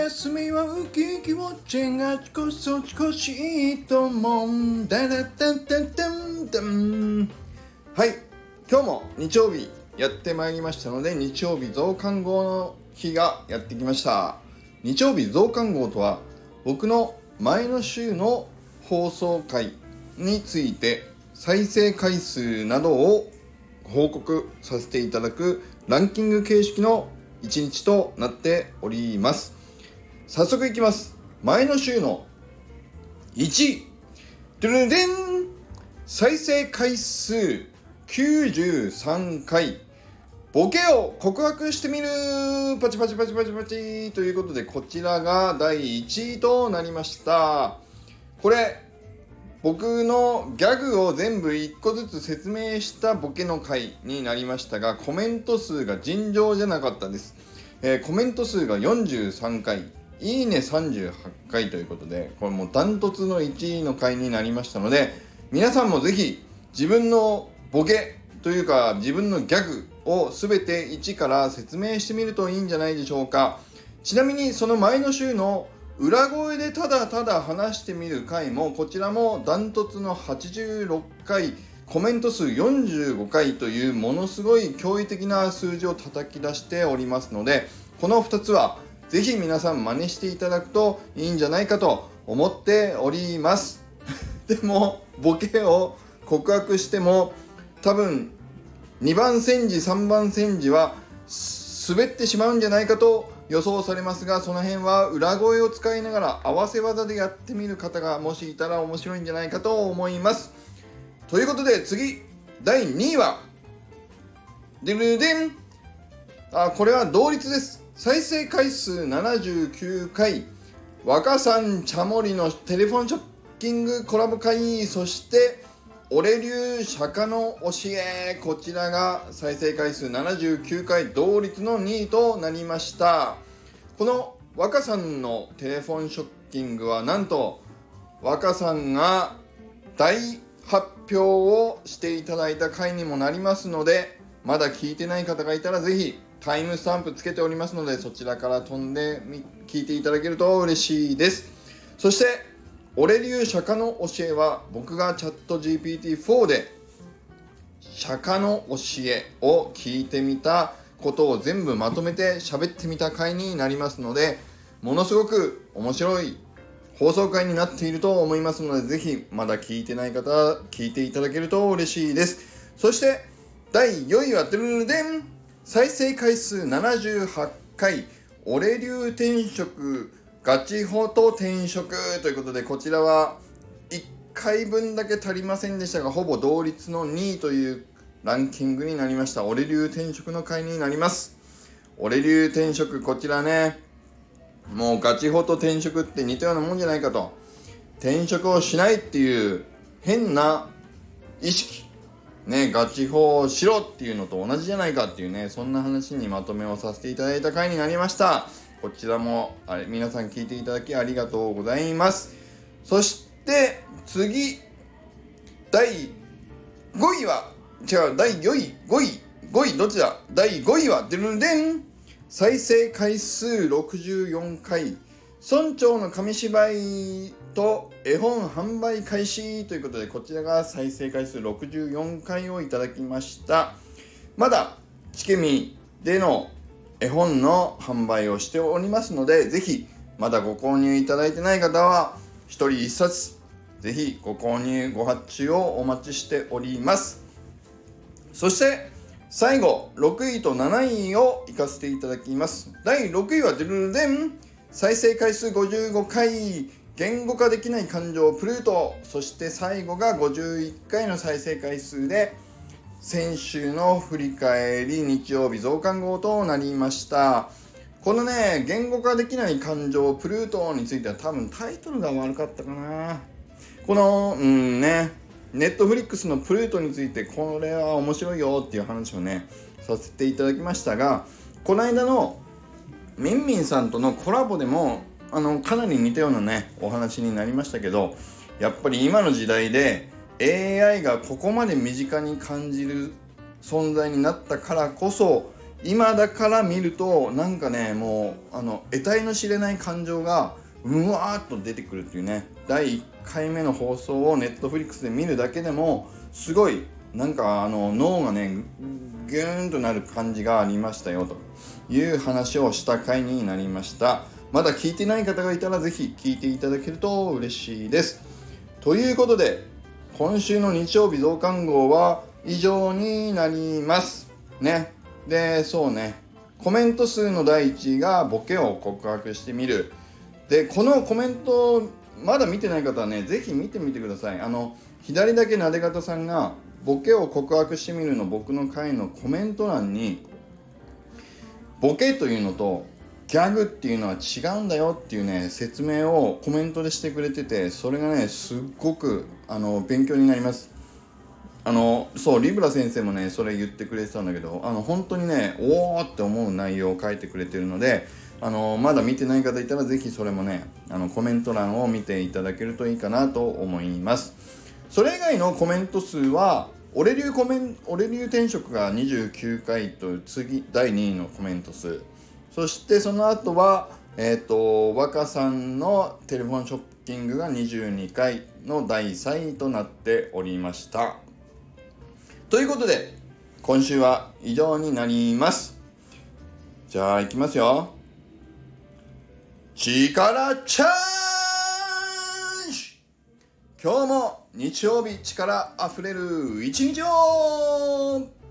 休みはウキ気持ちが少しいいと思うんだらだんだんだんだん。はい、今日も日曜日やってまいりましたので、日曜日増刊号の日がやってきました。日曜日増刊号とは、僕の前の週の放送回について再生回数などを報告させていただくランキング形式の1日となっております。早速いきます。前の週の1位、ドゥルデン、再生回数93回、ボケを告白してみる、パチパチパチパチパチということで、こちらが第1位となりました。これ僕のギャグを全部1個ずつ説明したボケの回になりましたが、コメント数が尋常じゃなかったです。コメント数が43回、いいね38回ということで、これもうダントツの1位の回になりましたので、皆さんもぜひ自分のボケというか自分のギャグを全て1から説明してみるといいんじゃないでしょうか。ちなみにその前の週の裏声でただただ話してみる回も、こちらもダントツの86回、コメント数45回というものすごい驚異的な数字を叩き出しておりますので、この2つはぜひ皆さん真似していただくといいんじゃないかと思っておりますでもボケを告白しても多分2番煎じ3番煎じは滑ってしまうんじゃないかと予想されますが、その辺は裏声を使いながら合わせ技でやってみる方がもしいたら面白いんじゃないかと思います。ということで次、第2位はデルデン、これは同率です。再生回数79回、若さんチャモリのテレフォンショッキングコラボ会、そして俺流釈迦の教え、こちらが再生回数79回、同率の2位となりました。この若さんのテレフォンショッキングはなんと若さんが大発表をしていただいた回にもなりますので、まだ聞いてない方がいたらぜひタイムスタンプつけておりますので、そちらから飛んで聞いていただけると嬉しいです。そして俺流釈迦の教えは、僕がチャット GPT-4 で釈迦の教えを聞いてみたことを全部まとめて喋ってみた回になりますので、ものすごく面白い放送回になっていると思いますので、ぜひまだ聞いてない方は聞いていただけると嬉しいです。そして第4位はドゥルルデン、再生回数78回、俺流転職ガチホと転職ということで、こちらは1回分だけ足りませんでしたが、ほぼ同率の2位というランキングになりました。俺流転職の回になります。俺流転職、こちらね、もうガチホと転職って似たようなもんじゃないかと、転職をしないっていう変な意識ね、ガチホをしろっていうのと同じじゃないかっていうね、そんな話にまとめをさせていただいた回になりました。こちらも皆さん聞いていただきありがとうございます。そして次、第5位は第4位5位どちら、第5位はデルデン、再生回数64回、村長の紙芝居と絵本販売開始ということで、こちらが再生回数64回をいただきました。まだチケミでの絵本の販売をしておりますので、ぜひまだご購入いただいてない方は1人1冊ぜひご購入ご発注をお待ちしております。そして最後6位と7位をいかせていただきます。第6位はデルデン、再生回数55回、言語化できない感情プルート。そして最後が51回の再生回数で、先週の振り返り日曜日増刊号となりました。このね、言語化できない感情プルートについては多分タイトルが悪かったかな。このネットフリックスのプルートについて、これは面白いよっていう話をねさせていただきましたが、この間のミンミンさんとのコラボでもかなり似たようなねお話になりましたけど、やっぱり今の時代で AI がここまで身近に感じる存在になったからこそ、 今だから見るとなんかね、もう得体の知れない感情がうわーっと出てくるっていうね。第1回目の放送をネットフリックスで見るだけでもすごいなんか脳がねギューンとなる感じがありましたよという話をした回になりました。まだ聞いてない方がいたらぜひ聞いていただけると嬉しいです。ということで今週の日曜日増刊号は以上になりますね。で、そうね、コメント数の第1位がボケを告白してみる。で、このコメントまだ見てない方はね、ぜひ見てみてください。左だけなで方さんがボケを告白してみるの僕の回のコメント欄に、ボケというのとギャグっていうのは違うんだよっていうね説明をコメントでしてくれてて、それがねすっごく勉強になります。そうリブラ先生もねそれ言ってくれてたんだけど、本当にねおーって思う内容を書いてくれてるので、まだ見てない方いたらぜひそれもねコメント欄を見ていただけるといいかなと思います。それ以外のコメント数は俺流転職が29回と次第2位のコメント数、そしてその後は若さんのテレフォンショッキングが22回の第3位となっておりました。ということで今週は以上になります。じゃあ行きますよ。力チャージ。今日も日曜日力あふれる一日を。